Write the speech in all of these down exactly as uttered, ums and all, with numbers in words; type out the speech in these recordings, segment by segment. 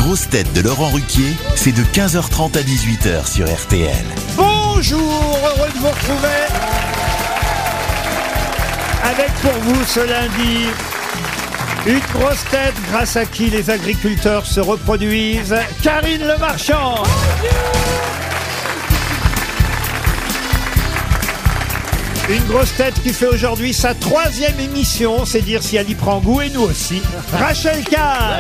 grosses têtes de Laurent Ruquier, c'est de quinze heures trente à dix-huit heures sur R T L. Bonjour, heureux de vous retrouver avec pour vous ce lundi une grosse tête grâce à qui les agriculteurs se reproduisent, Karine Le Marchand. Une grosse tête qui fait aujourd'hui sa troisième émission, c'est dire si elle y prend goût, et nous aussi, Rachel Kahn.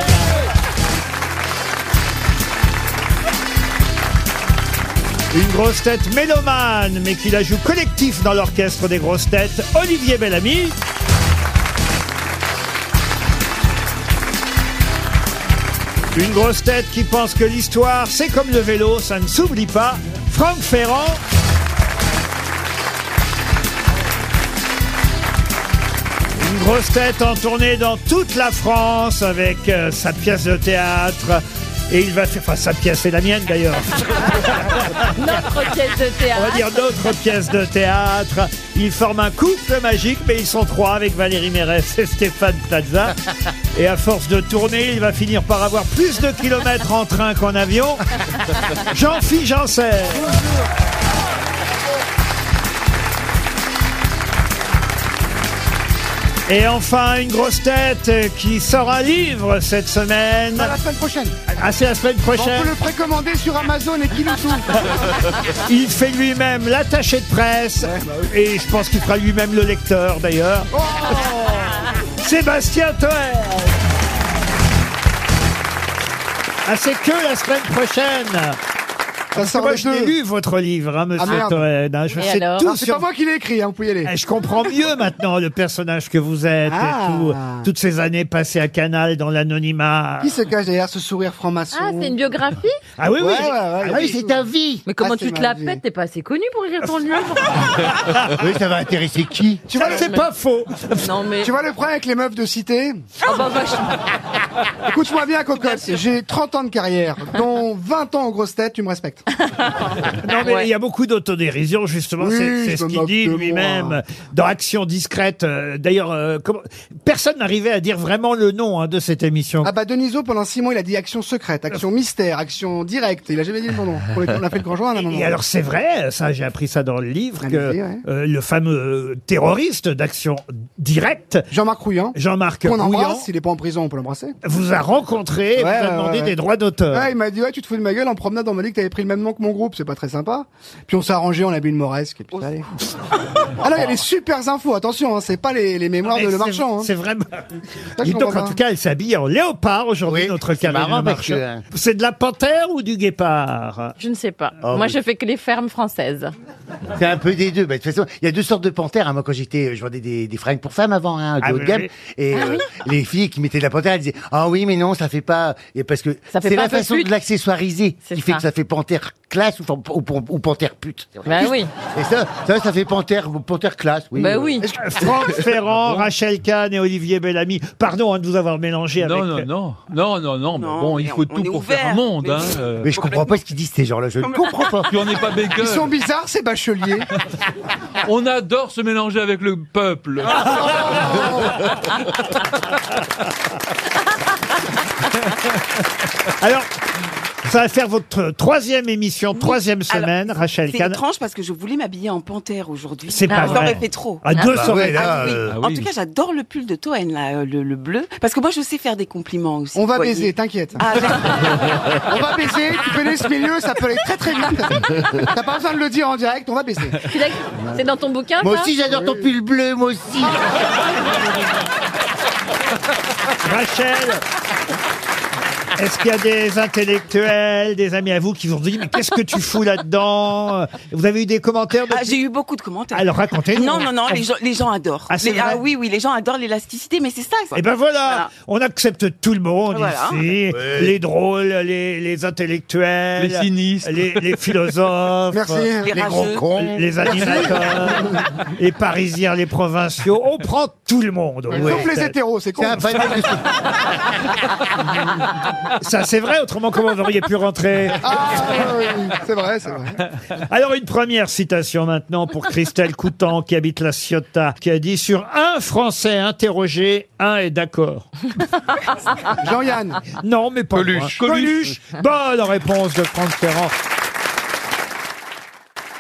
Une grosse tête mélomane, mais qui la joue collectif dans l'orchestre des grosses têtes, Olivier Bellamy. Une grosse tête qui pense que l'histoire, c'est comme le vélo, ça ne s'oublie pas, Franck Ferrand. Une grosse tête en tournée dans toute la France avec euh, sa pièce de théâtre. Et il va faire... Enfin, sa pièce, c'est la mienne d'ailleurs. Notre pièce de théâtre. On va dire notre pièce de théâtre. Ils forment un couple magique, mais ils sont trois avec Valérie Mérès et Stéphane Plaza. Et à force de tourner, il va finir par avoir plus de kilomètres en train qu'en avion. Jean-Philippe Janssen. Et enfin, une grosse tête qui sort un livre cette semaine. À la semaine prochaine. Ah, c'est la semaine prochaine. On peut le précommander sur Amazon et qu'il nous trouve. Il fait lui-même l'attaché de presse. Ouais, bah oui. Et je pense qu'il fera lui-même le lecteur d'ailleurs. Oh Sébastien Toer. Ah, c'est que la semaine prochaine. Parce que moi, je l'ai lu, votre livre, hein, monsieur ah, Toen. Hein, je et sais alors tout c'est sur... pas moi qui l'ai écrit, hein, vous pouvez y aller. Je comprends mieux maintenant le personnage que vous êtes ah. et tout. Toutes ces années passées à Canal dans l'anonymat. Qui se cache derrière ce sourire franc-maçon? Ah, c'est une biographie? Ah oui, oui. Ouais, ouais, ouais, ah, ouais, oui, c'est ta vie. Mais comment Ah, tu c'est te ma la vie. pètes? T'es pas assez connu pour écrire ton livre. Oui, ça va intéresser qui? Tu vois, le... C'est pas faux. Non mais... tu vois le problème avec les meufs de cité? Oh bah vache. Écoute-moi bien, cocotte. J'ai trente ans de carrière, dont vingt ans en grosse tête, tu me respectes. Non, mais il Ouais. y a beaucoup d'autodérision, justement. Oui, c'est c'est je ce me qu'il moque dit de lui-même moi. dans Action discrète. Euh, D'ailleurs, euh, comment... personne n'arrivait à dire vraiment le nom hein, de cette émission. Ah bah Deniso, pendant six mois, il a dit action secrète, action mystère, action directe. Il a jamais dit le nom. On a fait le grand joint à un moment. Et alors c'est vrai, ça j'ai appris ça dans le livre, que Allez-y, ouais. euh, le fameux terroriste d'Action directe, Jean-Marc Rouillant, Jean-Marc qu'on Rouillant, embrasse, il est pas en prison, on peut l'embrasser. vous a rencontré et Ouais, vous a ouais, demandé ouais, des ouais. droits d'auteur. Ouais, il m'a dit, ouais, tu te fous de ma gueule, en promenade, on m'a dit que t'avais pris le même nom que mon groupe, c'est pas très sympa. Puis on s'est arrangé, on a bu une moresque, et puis ça allait. Ah non, il y a des super infos, attention, hein, c'est pas les, les mémoires Mais de Le c'est- Marchand. Hein. C'est vraiment. je Dis donc, comprends en pas. tout cas, elle s'habille en léopard aujourd'hui, Oui, notre c'est Karine marrant Le parce Marchand. que, hein. C'est de la panthère ou du guépard? Je ne sais pas. Oh, Moi oui. je fais que les fermes françaises. C'est un peu des deux. Bah, de toute façon, il y a deux sortes de panthères. Hein. Moi, quand j'étais, je vendais des, des fringues pour femmes avant, hein, de Ah haut de oui, gamme. oui. Et euh, les filles qui mettaient de la panthère, elles disaient ah oui, mais non, ça fait pas. Et parce que Ça fait c'est pas la un peu façon pute. de l'accessoiriser C'est qui fait ça. que ça fait panthère classe ou, ou, ou, ou panthère pute. Bah oui. Et ça, ça, ça fait panthère, panthère classe. Oui. Bah euh, oui. Franck Ferrand, Rachel Kahn et Olivier Bellamy. Pardon hein, de vous avoir mélangé avec. Non, non, non, non, non, non, mais Non, bon, il mais faut on- tout on est pour ouvert. faire un monde, Mais- hein. euh. Mais je comprends pas ce qu'ils disent ces gens-là. Je ne comprends pas. Puis on n'est pas Ils bégueule. sont bizarres, ces bacheliers. On adore se mélanger avec le peuple. Alors, ça va faire votre troisième émission, troisième semaine, Rachel C'est Kahn. étrange parce que je voulais m'habiller en panthère aujourd'hui. C'est pas Ça vrai. aurait fait trop. À deux bah soirées. ouais, là, Ah oui. euh, ah En oui. tout cas, j'adore le pull de Toen, là, euh, le, le bleu. Parce que moi, je sais faire des compliments aussi. On va vous voyez. baiser, t'inquiète. Ah, d'accord. On va baiser, tu connais ce milieu, ça peut aller très très vite. T'as pas besoin de le dire en direct, on va baiser. Tu l'as- C'est dans ton bouquin Moi ça aussi, j'adore ton pull bleu. Moi aussi. Rachel, est-ce qu'il y a des intellectuels, des amis à vous qui vous ont dit mais qu'est-ce que tu fous là-dedans? Vous avez eu des commentaires de... Ah, j'ai eu beaucoup de commentaires. Alors racontez-nous. Non, non, non, les gens, les gens adorent. Ah, c'est Les- vrai oui, oui, les gens adorent l'élasticité, mais c'est ça. ça. Et ben voilà, Voilà. on accepte tout le monde Voilà. ici, les drôles, les, les intellectuels, Les sinistres. les, les philosophes, Merci. Les Les gros rageux. cons. les animateurs, les parisiens, les provinciaux, on prend tout le monde. Sauf les hétéros, c'est con. C'est un panel de... Ça, c'est vrai, autrement, comment vous auriez pu rentrer? Ah, oui, c'est vrai, c'est vrai. Alors, une première citation maintenant pour Christelle Coutan, qui habite la Ciotat, qui a dit: sur un Français interrogé, un est d'accord. Jean-Yann. Non, mais pas Coluche. loin. Coluche. Bonne réponse de Franck Ferrand.